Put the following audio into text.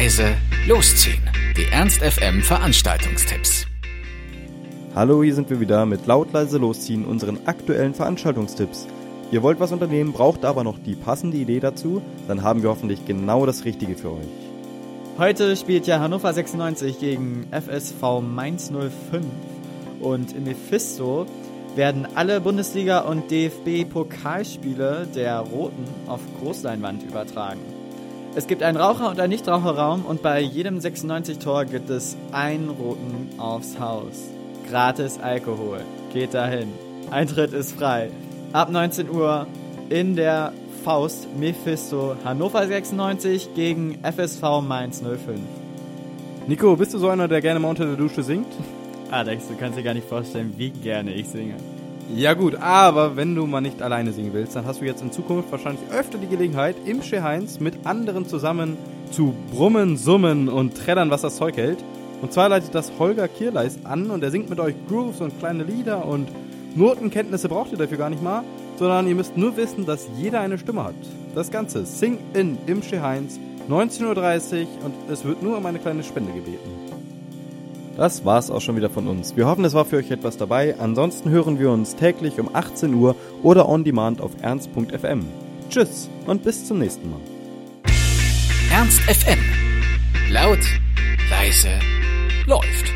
leise, losziehen. Die Ernst FM Veranstaltungstipps. Hallo, hier sind wir wieder mit laut, leise, losziehen, unseren aktuellen Veranstaltungstipps. Ihr wollt was unternehmen, braucht aber noch die passende Idee dazu, dann haben wir hoffentlich genau das Richtige für euch. Heute spielt ja Hannover 96 gegen FSV Mainz 05 und in Mephisto werden alle Bundesliga- und DFB-Pokalspiele der Roten auf Großleinwand übertragen. Es gibt einen Raucher- und einen Nichtraucherraum und bei jedem 96-Tor gibt es einen Roten aufs Haus. Gratis Alkohol. Geht dahin. Eintritt ist frei. Ab 19 Uhr in der Faust Mephisto Hannover 96 gegen FSV Mainz 05. Nico, bist du so einer, der gerne mal unter der Dusche singt? Alex, du kannst dir gar nicht vorstellen, wie gerne ich singe. Ja gut, aber wenn du mal nicht alleine singen willst, dann hast du jetzt in Zukunft wahrscheinlich öfter die Gelegenheit, im Chez mit anderen zusammen zu brummen, summen und trällern, was das Zeug hält. Und zwar leitet das Holger Kierleis an und er singt mit euch Grooves und kleine Lieder und Notenkenntnisse braucht ihr dafür gar nicht mal, sondern ihr müsst nur wissen, dass jeder eine Stimme hat. Das Ganze Sing In im Chez 19.30 Uhr und es wird nur um eine kleine Spende gebeten. Das war's auch schon wieder von uns. Wir hoffen, es war für euch etwas dabei. Ansonsten hören wir uns täglich um 18 Uhr oder on demand auf ernst.fm. Tschüss und bis zum nächsten Mal. Ernst FM. Laut, leise, läuft.